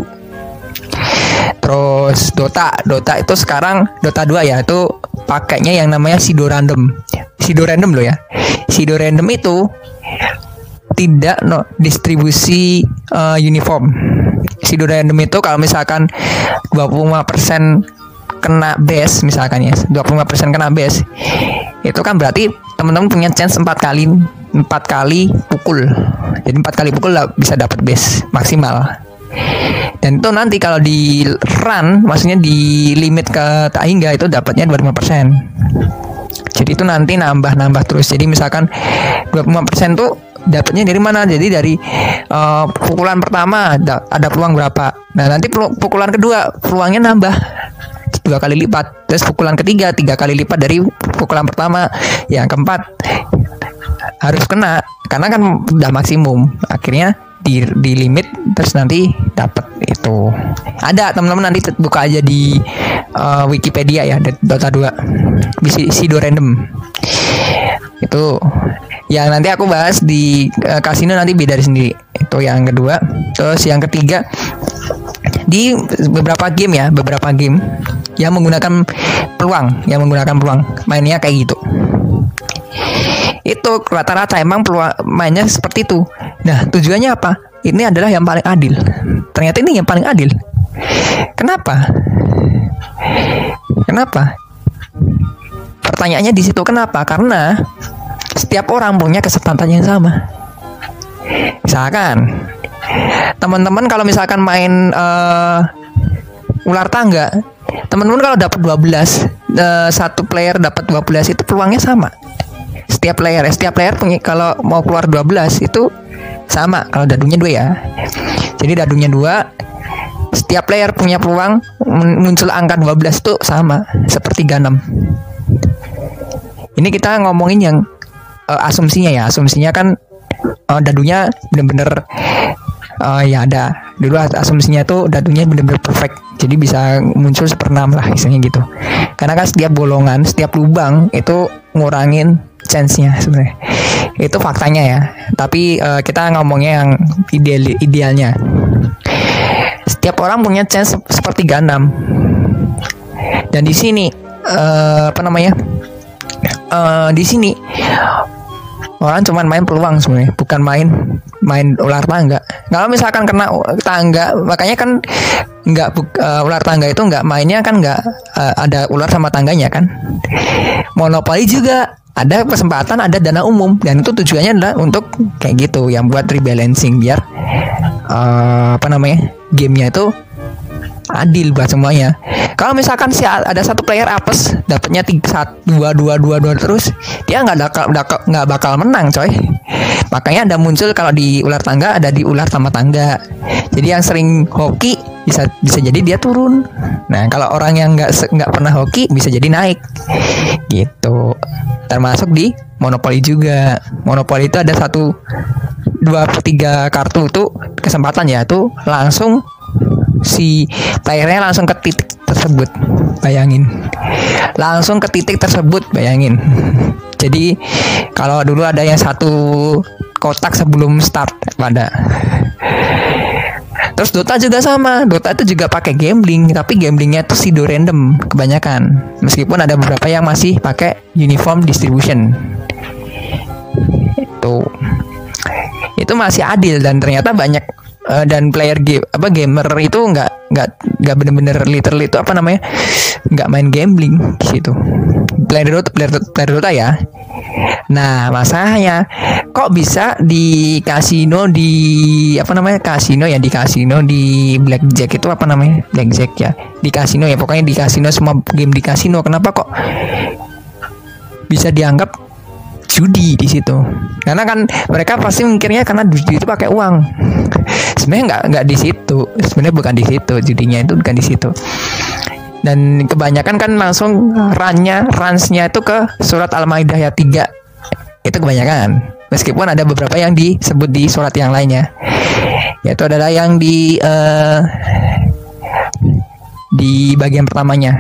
Terus Dota itu sekarang Dota 2 ya, itu pakainya yang namanya Sido Random loh ya. Sido Random itu tidak distribusi uniform. Sido Random itu kalau misalkan 25% kena base misalkan ya, 25% kena base, itu kan berarti teman-teman punya chance 4 kali pukul. Jadi 4 kali pukul bisa dapat base maksimal. Dan itu nanti kalau di run, maksudnya di limit ke tak hingga, itu dapatnya 25%. Jadi itu nanti nambah terus. Jadi misalkan 25% tuh dapatnya dari mana? Jadi dari pukulan pertama ada peluang berapa. Nah nanti pukulan kedua peluangnya nambah 2 kali lipat. Terus pukulan ketiga 3 kali lipat dari pukulan pertama. Yang keempat harus kena, karena kan udah maksimum. Akhirnya di limit, terus nanti dapat itu. Ada teman-teman, nanti buka aja di Wikipedia ya, Dota 2 Sido Random. Itu yang nanti aku bahas di kasino nanti beda sendiri. Itu yang kedua. Terus yang ketiga, di beberapa game yang menggunakan peluang, mainnya kayak gitu. Itu rata-rata emang peluang mainnya seperti itu. Nah, tujuannya apa? Ini adalah yang paling adil. Ternyata ini yang paling adil. Kenapa? Pertanyaannya di situ kenapa? Karena setiap orang punya kesempatan yang sama. Misalkan teman-teman kalau misalkan main ular tangga, teman-teman kalau dapat 12, satu player dapat 12, itu peluangnya sama. Setiap player punya, kalau mau keluar 12 itu sama kalau dadunya 2 ya. Jadi dadunya 2, setiap player punya peluang muncul angka 12 itu sama, sepertiga 6. Ini kita ngomongin yang asumsinya ya. Asumsinya kan dadunya bener-bener ya ada. Dulu asumsinya tuh dadunya bener-bener perfect. Jadi bisa muncul 1/6 lah istilahnya gitu. Karena kan setiap bolongan, setiap lubang itu ngurangin chance-nya sebenarnya. Itu faktanya ya. Tapi kita ngomongnya yang idealnya. Setiap orang punya chance 1/6. Dan di sini di sini orang cuma main peluang sebenarnya, bukan main ular tangga. Kalau misalkan kena tangga, makanya kan ular tangga itu nggak mainnya kan nggak ada ular sama tangganya kan. Monopoli juga ada kesempatan, ada dana umum, dan itu tujuannya adalah untuk kayak gitu, yang buat rebalancing biar gamenya itu adil buat semuanya. Kalau misalkan ada satu player apes dapatnya 2 terus, dia nggak bakal menang coy. Makanya ada muncul, kalau di ular tangga ada di ular sama tangga. Jadi yang sering hoki bisa jadi dia turun. Nah kalau orang yang nggak pernah hoki bisa jadi naik gitu. Termasuk di monopoli juga. Monopoli itu ada 1, 2, 3 kartu itu kesempatan ya, tuh langsung si playernya langsung ke titik tersebut, bayangin. Jadi kalau dulu ada yang 1 kotak sebelum start pada. Terus Dota juga sama. Dota itu juga pakai gambling, tapi gamblingnya itu Sido Random kebanyakan. Meskipun ada beberapa yang masih pakai uniform distribution. Itu masih adil, dan ternyata banyak dan player game gamer itu nggak bener-bener literally itu nggak main gambling di situ. Player Dota ya. Nah, masalahnya kok bisa di kasino di kasino di blackjack itu blackjack ya, di kasino ya, pokoknya di kasino, semua game di kasino, kenapa kok bisa dianggap judi di situ? Karena kan mereka pasti mikirnya karena judi itu pakai uang. Sebenarnya nggak di situ. Sebenarnya bukan di situ, judinya itu bukan di situ. Dan kebanyakan kan langsung ransnya itu ke surat Al-Maidah ayat 3. Itu kebanyakan. Meskipun ada beberapa yang disebut di surat yang lainnya. Yaitu adalah yang di bagian pertamanya.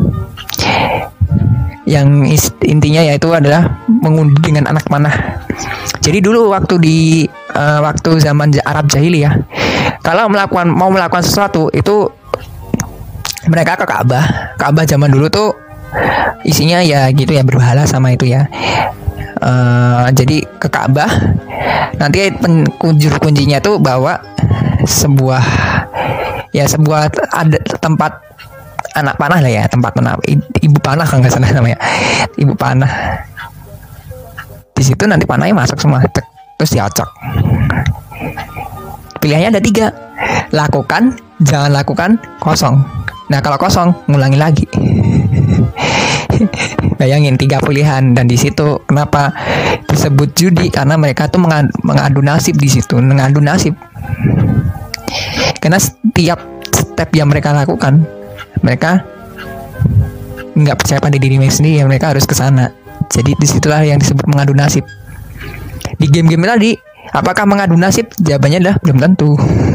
Yang intinya yaitu adalah mengundi dengan anak panah. Jadi dulu waktu zaman Arab Jahiliyah, kalau mau melakukan sesuatu itu mereka ke Ka'bah zaman dulu tuh isinya ya gitu ya, berhala sama itu ya. Jadi ke Ka'bah, nanti kuncinya tuh bawa sebuah ada tempat anak panah lah ya, tempat panah, ibu panah kalau nggak salah namanya, ibu panah. Di situ nanti panahnya masuk semua, terus diocok. Pilihannya ada 3, lakukan, jangan lakukan, kosong. Nah kalau kosong, ngulangi lagi. Bayangin 3 pilihan, dan di situ kenapa disebut judi, karena mereka tuh mengadu nasib di situ, mengadu nasib. Karena setiap step yang mereka lakukan, mereka nggak percaya pada diri mereka sendiri, mereka harus ke sana. Jadi disitulah yang disebut mengadu nasib. Di game-game tadi, apakah mengadu nasib? Jawabannya adalah belum tentu.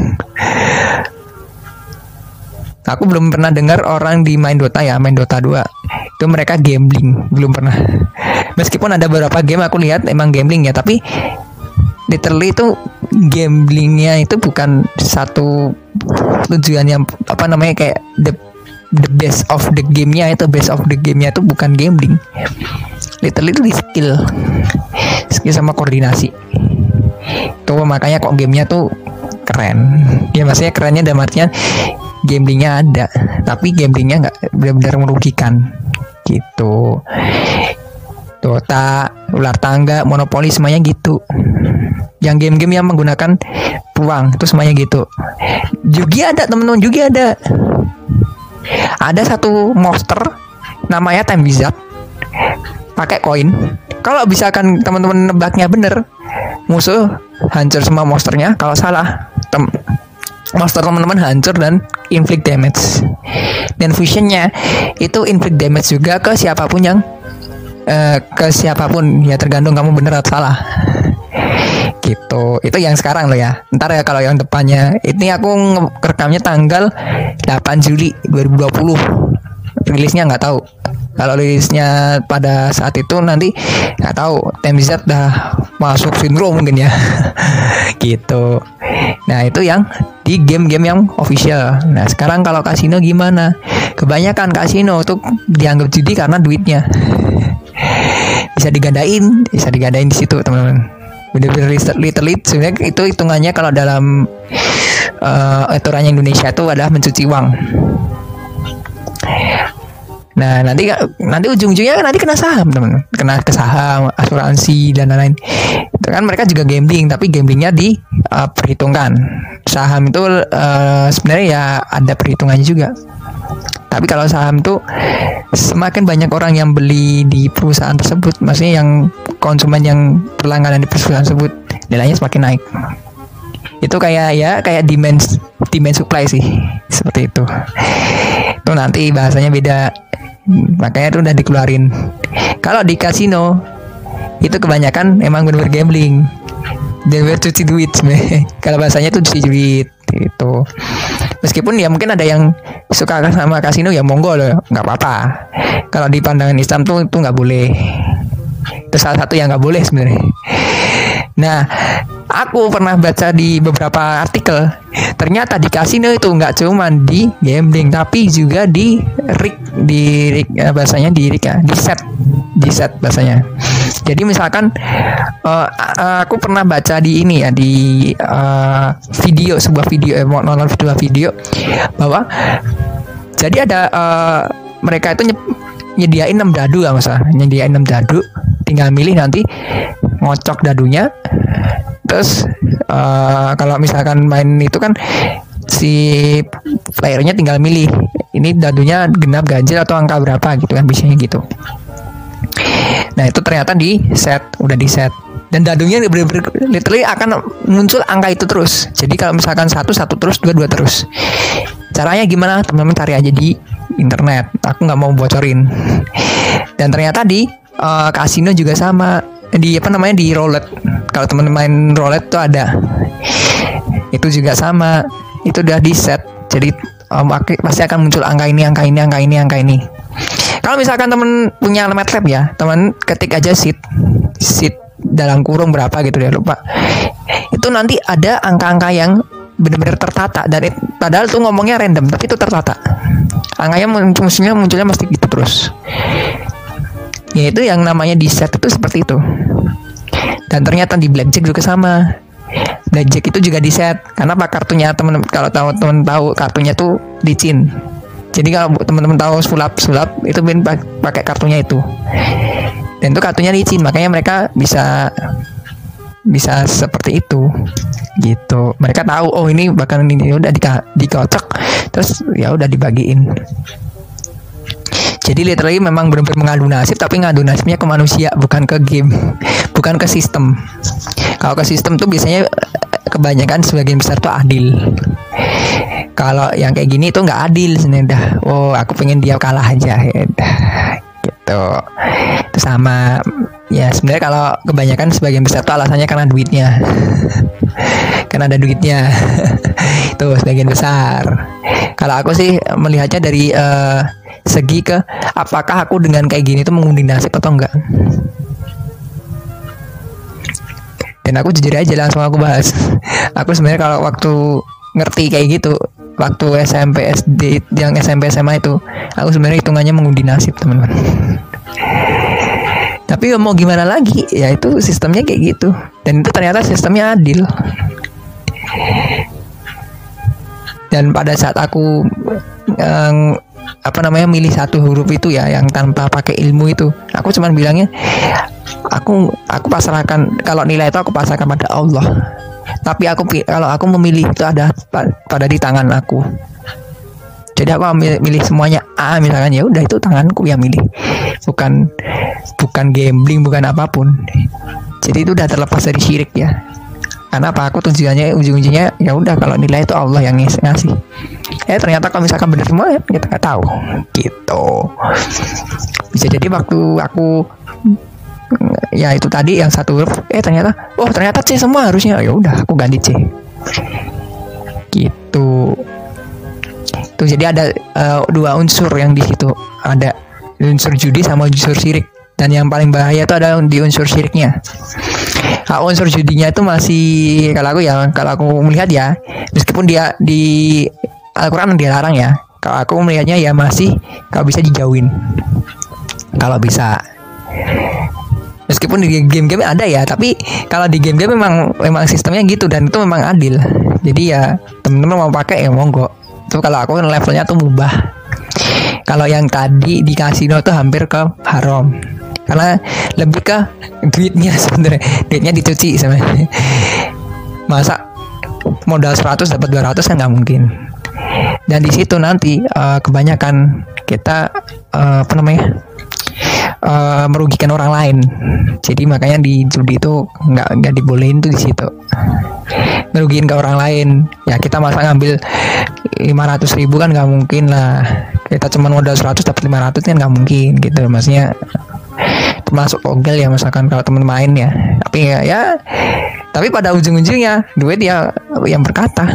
Aku belum pernah dengar orang di main Dota 2 itu mereka gambling, belum pernah. Meskipun ada beberapa game aku lihat emang gambling ya, tapi literally itu gamblingnya itu bukan satu tujuan yang kayak the best of the game-nya itu, best of the game-nya itu bukan gambling. Literally itu di skill sama koordinasi. Tuh makanya kok gamenya tuh keren. Ya maksudnya kerennya dalam artian gamblingnya ada, tapi gamblingnya nggak benar-benar merugikan gitu. Dota, ular tangga, monopoli semuanya gitu. Yang game-game yang menggunakan uang itu semuanya gitu. Jugi ada teman-teman, jugi ada. Ada satu monster namanya Time Wizard, pakai koin. Kalau misalkan teman-teman nebaknya bener, musuh hancur semua monsternya. Kalau salah, monster teman-teman hancur dan inflict damage. Dan fusionnya itu inflict damage juga ke siapapun ya, tergantung kamu bener atau salah. Gitu. Itu yang sekarang loh ya. Ntar ya kalau yang depannya, ini aku rekamnya tanggal 8 Juli 2020. Rilisnya nggak tahu. Kalau rilisnya pada saat itu nanti nggak tahu. Time Wizard dah masuk sindrom mungkin ya. Gitu. Nah itu yang di game-game yang official. Nah sekarang kalau kasino gimana? Kebanyakan kasino tuh dianggap judi karena duitnya bisa digandain di situ teman-teman. Bener-bener literally sebenarnya itu hitungannya kalau dalam aturannya Indonesia itu adalah mencuci uang. Nah nanti ujung-ujungnya nanti kena saham teman, kena ke saham, asuransi dan lain-lain. Itu kan mereka juga gambling, tapi gamblingnya diperhitungkan. Saham itu sebenarnya ya ada perhitungannya juga. Tapi kalau saham tuh semakin banyak orang yang beli di perusahaan tersebut, maksudnya yang konsumen yang berlangganan di perusahaan tersebut, nilainya semakin naik. Itu kayak demand supply sih, seperti itu. Itu nanti bahasanya beda. Makanya itu udah dikeluarin. Kalau di kasino itu kebanyakan emang benar-benar gambling. Dan cuci duit sebenarnya. Kalau bahasanya itu cuci duit gitu. Meskipun ya mungkin ada yang suka sama kasino ya monggo loh, nggak apa-apa. Kalau di pandangan Islam tuh itu nggak boleh. Itu salah satu yang nggak boleh sebenarnya. Nah, aku pernah baca di beberapa artikel, ternyata di kasino itu nggak cuma di gambling, tapi juga di rig, bahasanya di rig ya, di set bahasanya. Jadi misalkan aku pernah baca di ini ya, di sebuah video nonton sebuah video bahwa jadi ada mereka itu nyediain 6 dadu ya, nyediain 6 dadu, tinggal milih nanti ngocok dadunya. Terus kalau misalkan main itu kan si playernya tinggal milih ini dadunya genap, ganjil atau angka berapa gitu kan, biasanya gitu. Nah itu ternyata udah di set dan dadunya literally akan muncul angka itu terus. Jadi kalau misalkan satu terus, dua terus. Caranya gimana? Teman-teman cari aja di internet. Aku nggak mau bocorin. Dan ternyata di kasino juga sama. Di di roulette. Kalau teman-teman main roulette tuh ada. Itu juga sama. Itu udah di set. Jadi pasti akan muncul angka ini. Kalau misalkan teman punya MATLAB ya, teman ketik aja seat dalam kurung berapa gitu ya, lupa. Itu nanti ada angka-angka yang benar-benar tertata, dan padahal tuh ngomongnya random tapi itu tertata. Angkanya munculnya mesti gitu terus. Yaitu yang namanya di set itu seperti itu. Dan ternyata di blackjack juga sama. Blackjack itu juga di set. Karena apa? Kartunya kalau teman tahu kartunya tuh licin. Jadi kalau teman-teman tahu sulap itu pakai kartunya itu. Dan itu kartunya licin, makanya mereka bisa seperti itu gitu. Mereka tahu oh ini bakal ini udah dikocok, terus ya udah dibagiin. Jadi literally memang benar-benar mengadu nasib, tapi ngadu nasibnya ke manusia, bukan ke game, bukan ke sistem. Kalau ke sistem tuh biasanya kebanyakan sebagian besar tuh adil. Kalau yang kayak gini tuh nggak adil sebenarnya. Oh aku pengen dia kalah aja ya udah gitu. Itu sama ya, sebenarnya kalau kebanyakan sebagian besar tuh alasannya karena duitnya. Karena ada duitnya. Itu sebagian besar. Kalau aku sih melihatnya dari segi ke apakah aku dengan kayak gini tuh mengundi nasib atau enggak. Dan aku jujur aja langsung aku bahas. Aku sebenarnya kalau waktu ngerti kayak gitu, waktu SMP SD, yang SMP SMA itu, aku sebenarnya hitungannya mengundi nasib, teman-teman. Tapi mau gimana lagi, ya itu sistemnya kayak gitu. Dan itu ternyata sistemnya adil. Dan pada saat aku milih satu huruf itu ya, yang tanpa pakai ilmu itu, aku cuman bilangnya aku pasrahkan, kalau nilai itu aku pasrahkan pada Allah. Tapi kalau aku memilih itu ada pada di tangan aku. Jadi aku milih semuanya A misalkan, ya udah itu tanganku yang milih. Bukan gambling, bukan apapun. Jadi itu udah terlepas dari syirik ya. Karena apa? Aku ujung-ujungnya ya udah, kalau nilai itu Allah yang ngasih. Ternyata kalau misalkan benar semua ya kita nggak tahu gitu. Bisa jadi waktu aku ya itu tadi yang satu huruf ternyata C semua harusnya, ya udah aku ganti C gitu. Tuh jadi ada dua unsur yang di situ, ada unsur judi sama unsur syirik. Dan yang paling bahaya itu ada di unsur syiriknya. Unsur judinya itu masih, kalau aku melihat ya, meskipun dia di Al-Quran dia larang ya, kalau aku melihatnya ya masih kalau bisa dijauhin, kalau bisa. Meskipun di game-game ada ya, tapi kalau di game-game memang sistemnya gitu, dan itu memang adil. Jadi ya teman-teman mau pakai ya monggo. Itu kalau aku levelnya tuh mubah. Kalau yang tadi di kasino tuh hampir ke haram, karena lebih ke duitnya sebenarnya. Duitnya dicuci sebenarnya. Masa modal 100 dapat 200 kan nggak mungkin. Dan di situ nanti kebanyakan kita merugikan orang lain. Jadi makanya di judi itu nggak dibolehin tuh di situ. Merugikan ke orang lain. Ya kita masa ngambil 500.000 kan nggak mungkin lah. Kita cuma modal 100 dapat 500 kan nggak mungkin gitu. Maksudnya termasuk ogel ya misalkan kalau teman main ya. Tapi pada ujung-ujungnya duit ya yang berkata.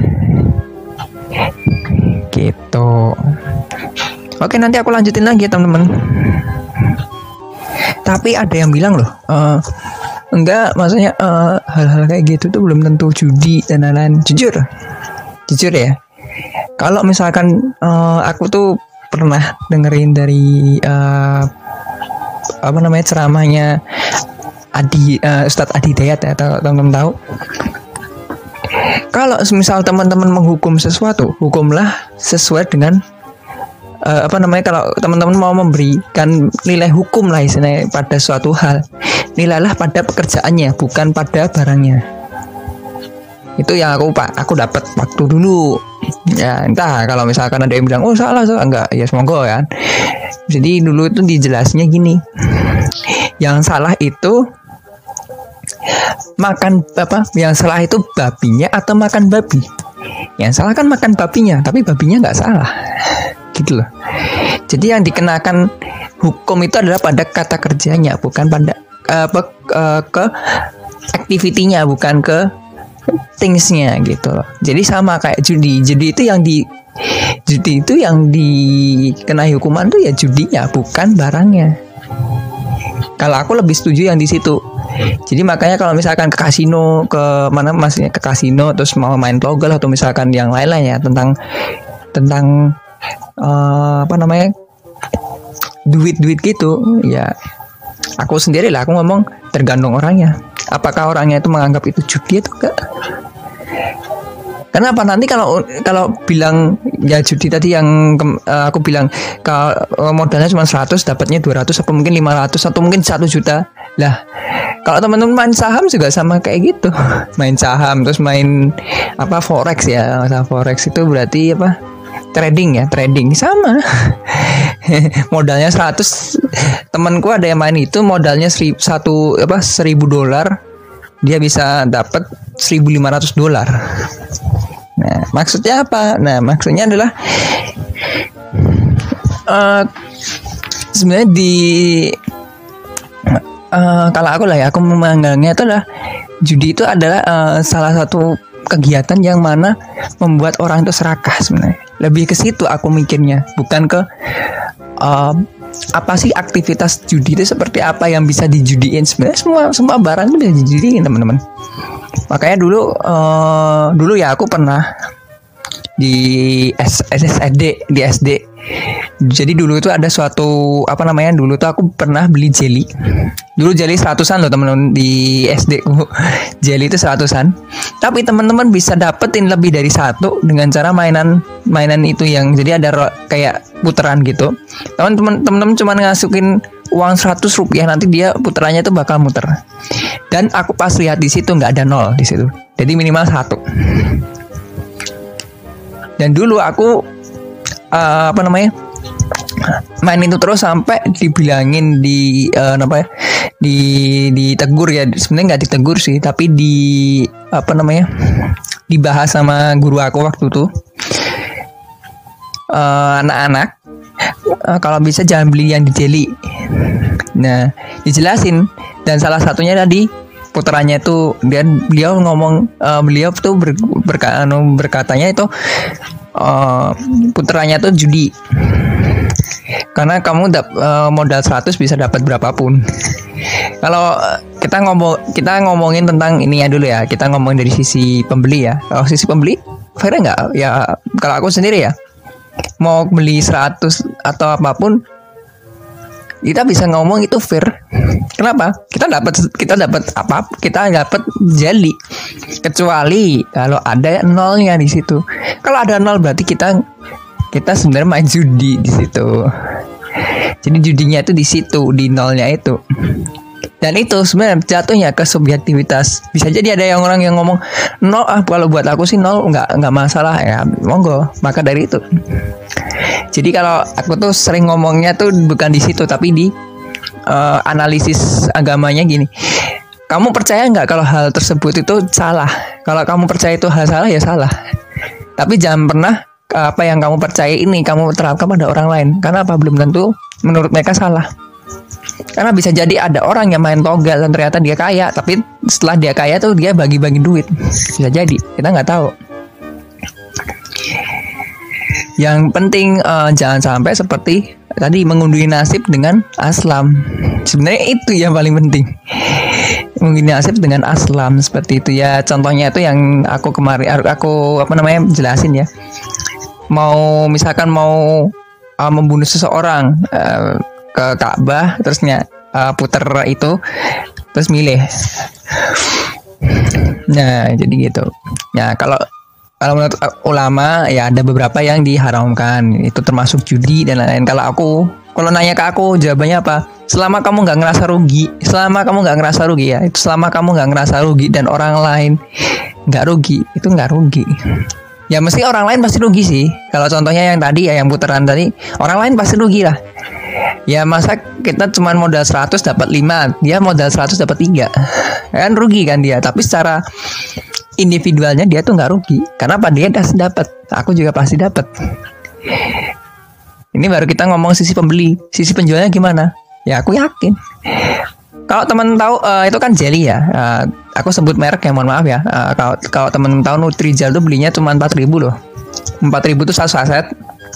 Gitu. Oke, nanti aku lanjutin lagi ya teman-teman. Tapi ada yang bilang loh, Enggak, maksudnya hal-hal kayak gitu tuh belum tentu judi dan lain-lain. Jujur ya. Kalau misalkan aku tuh pernah dengerin dari ceramahnya Ustadz Adi Dayat ya, atau teman-teman tahu. Kalau misal teman-teman menghukum sesuatu, hukumlah sesuai dengan kalau teman-teman mau memberikan nilai hukum lah istilahnya pada suatu hal, nilailah pada pekerjaannya, bukan pada barangnya. Itu yang aku dapat waktu dulu. Ya entah kalau misalkan ada yang bilang salah enggak, ya semoga ya. Jadi dulu itu dijelasnya gini, yang salah itu makan yang salah itu babinya atau makan babi. Yang salah kan makan babinya, tapi babinya nggak salah, gitu loh. Jadi yang dikenakan hukum itu adalah pada kata kerjanya, bukan pada ke activity-nya, bukan ke things-nya gitu loh. Jadi sama kayak judi. Judi itu yang dikenai hukuman tuh ya judinya, bukan barangnya. Kalau aku lebih setuju yang di situ. Jadi makanya kalau misalkan ke kasino, maksudnya ke kasino terus mau main togel atau misalkan yang lain-lain ya tentang duit gitu ya, aku sendiri lah, aku ngomong tergantung orangnya. Apakah orangnya itu menganggap itu judi atau enggak? Kenapa nanti kalau bilang ya judi tadi yang aku bilang kalau modalnya cuma 100 dapatnya 200 atau mungkin 500 atau mungkin 1 juta. Lah, kalau teman-teman main saham juga sama kayak gitu. Main saham terus main forex ya. Forex itu berarti trading sama. Modalnya 100. Temanku ada yang main itu modalnya $1,000, dia bisa dapat $1,500. Nah, maksudnya apa? Nah, maksudnya adalah sebenarnya kalau aku lah ya, aku menganggapnya itu adalah judi itu adalah salah satu kegiatan yang mana membuat orang itu serakah sebenarnya. Lebih ke situ aku mikirnya, bukan ke apa sih aktivitas judi itu seperti apa yang bisa dijudiin. Sebenarnya semua barang itu bisa dijudiin, teman-teman. Makanya dulu ya aku pernah di SD. Jadi dulu itu ada suatu dulu tuh aku pernah beli jelly. Dulu jelly 100-an loh teman-teman di SD. Jelly itu 100-an. Tapi teman-teman bisa dapetin lebih dari satu dengan cara mainan itu yang jadi ada kayak putaran gitu. Teman-teman cuma ngasukin uang 100 rupiah, nanti dia puterannya itu bakal muter. Dan aku pas lihat di situ nggak ada 0 di situ. Jadi minimal 1. Dan dulu aku main itu terus sampai dibilangin ditegur ya. Sebenarnya nggak ditegur sih, tapi dibahas sama guru aku waktu itu. Anak-anak kalau bisa jangan beli yang di jelly. Nah, dijelasin, dan salah satunya tadi puterannya itu beliau ngomong, beliau tuh berkatanya itu puterannya tuh judi. Karena kamu modal 100 bisa dapat berapapun. Kalau kita ngomongin tentang ini ya dulu ya, kita ngomongin dari sisi pembeli ya. Kalau sisi pembeli fair nggak? Ya kalau aku sendiri ya, mau beli 100 atau apapun, kita bisa ngomong itu fair. Kenapa? Kita dapat jelly. Kecuali kalau ada nolnya di situ. Kalau ada 0 berarti kita sebenarnya main judi di situ. Jadi judinya itu di situ, di nolnya itu. Dan itu sebenarnya jatuhnya ke subjektivitas. Bisa jadi ada orang yang ngomong 0, kalau buat aku sih 0 nggak masalah ya, monggo. Maka dari itu. Jadi kalau aku tuh sering ngomongnya tuh bukan di situ, tapi di analisis agamanya gini. Kamu percaya nggak kalau hal tersebut itu salah? Kalau kamu percaya itu hal salah ya salah. Tapi jangan pernah apa yang kamu percaya ini kamu terapkan pada orang lain. Karena apa? Belum tentu menurut mereka salah. Karena bisa jadi ada orang yang main togel dan ternyata dia kaya, tapi setelah dia kaya tuh dia bagi-bagi duit. Bisa jadi, kita nggak tahu. Yang penting jangan sampai seperti tadi mengunduhi nasib dengan aslam. Sebenarnya itu yang paling penting. mungkin nasib dengan aslam seperti itu ya. Contohnya itu yang aku kemarin aku jelasin ya. Misalkan mau membunuh seseorang ke Ka'bah, terusnya puter itu terus milih. Nah, jadi gitu. Ya, kalau menurut ulama ya ada beberapa yang diharamkan, itu termasuk judi dan lain-lain. Kalau nanya ke aku, jawabannya apa? Selama kamu nggak ngerasa rugi ya, itu selama kamu nggak ngerasa rugi dan orang lain nggak rugi, itu nggak rugi. Ya mesti orang lain pasti rugi sih. Kalau contohnya yang tadi ya, yang putaran tadi, orang lain pasti rugi lah. Ya masa kita cuma modal 100 dapat 5, dia modal 100 dapat 3, kan rugi kan dia. Tapi secara individualnya dia tuh nggak rugi. Kenapa? Dia pasti dapat, aku juga pasti dapat. Ini baru kita ngomong sisi pembeli, sisi penjualnya gimana? Ya aku yakin. Kalau teman tahu itu kan jelly ya. Aku sebut merek ya, mohon maaf ya. Kalau teman tahu Nutrijel tuh belinya cuma 4.000 loh. 4.000 tuh satu saset.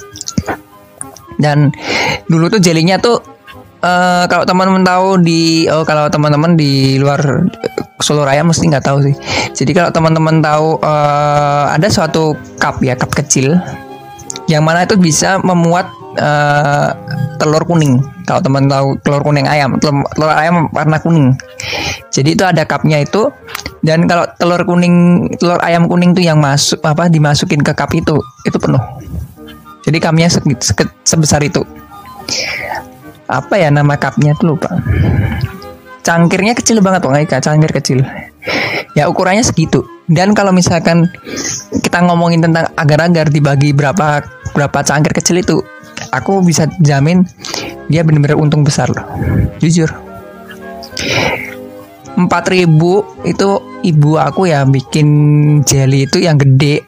Dan dulu tuh jelinya tuh kalau teman-teman tahu kalau teman-teman di luar Solo Raya mesti nggak tahu sih. Jadi kalau teman-teman tahu ada suatu cup kecil yang mana itu bisa memuat telur kuning. Kalau teman tahu telur kuning ayam, telur ayam warna kuning. Jadi itu ada cupnya itu, dan kalau telur ayam kuning tuh yang dimasukin ke cup itu penuh. Jadi cupnya sebesar itu. Apa ya nama cupnya tuh lupa. Cangkirnya kecil banget cangkir kecil. Ya ukurannya segitu. Dan kalau misalkan kita ngomongin tentang agar-agar dibagi berapa cangkir kecil itu, aku bisa jamin dia benar-benar untung besar loh. Jujur. 4.000 itu ibu aku ya bikin jelly itu yang gede,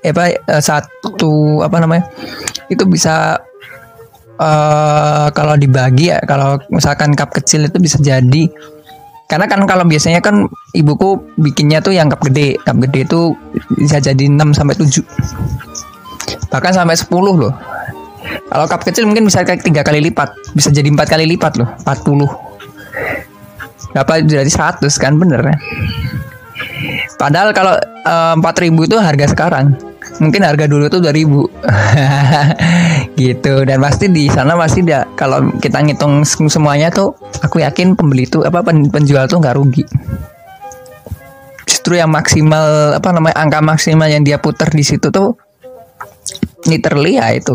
itu bisa kalau dibagi ya, kalau misalkan cup kecil itu bisa jadi. Karena kan kalau biasanya kan ibuku bikinnya tuh yang cup gede itu bisa jadi 6 sampai 7. Bahkan sampai 10 loh. Kalau cup kecil mungkin bisa kayak 3 kali lipat, bisa jadi 4 kali lipat loh, 40. Dapat jadi 100 kan, bener kan? Padahal kalau 4.000 itu harga sekarang, mungkin harga dulu tuh 2.000. Gitu. Dan pasti di sana kalau kita ngitung semuanya tuh, aku yakin pembeli tuh penjual tuh nggak rugi. Justru yang maksimal angka maksimal yang dia putar di situ tuh literally ya itu.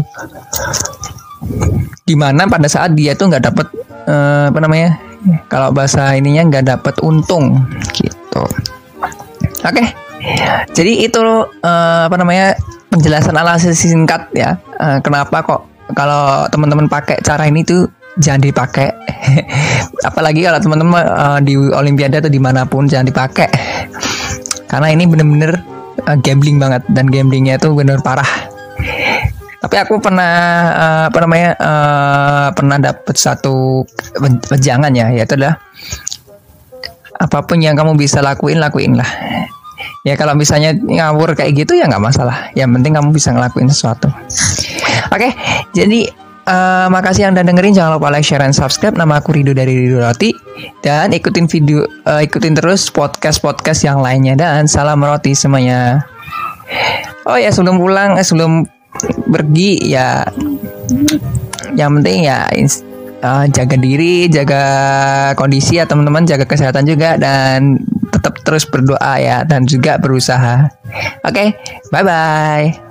Dimana pada saat dia tuh nggak dapat kalau bahasa ininya nggak dapat untung gitu. Oke. Jadi itu penjelasan alasan singkat ya. Kenapa kok kalau teman-teman pakai cara ini tuh jangan dipakai. Apalagi kalau teman-teman di Olimpiade atau dimanapun, jangan dipakai. Karena ini bener-bener gambling banget, dan gamblingnya itu bener parah. Tapi aku pernah pernah dapet satu wejangan ya, yaitu adalah apapun yang kamu bisa lakuin lah. Ya kalau misalnya ngawur kayak gitu ya nggak masalah. Yang penting kamu bisa ngelakuin sesuatu. Oke, jadi makasih yang udah dengerin. Jangan lupa like, share, dan subscribe. Nama aku Rido dari Rido Roti. Dan ikutin terus podcast yang lainnya. Dan salam roti semuanya. Oh ya, sebelum pergi ya, yang penting ya jaga diri, jaga kondisi ya teman-teman, jaga kesehatan juga, dan tetap terus berdoa ya, dan juga berusaha. Oke, bye bye.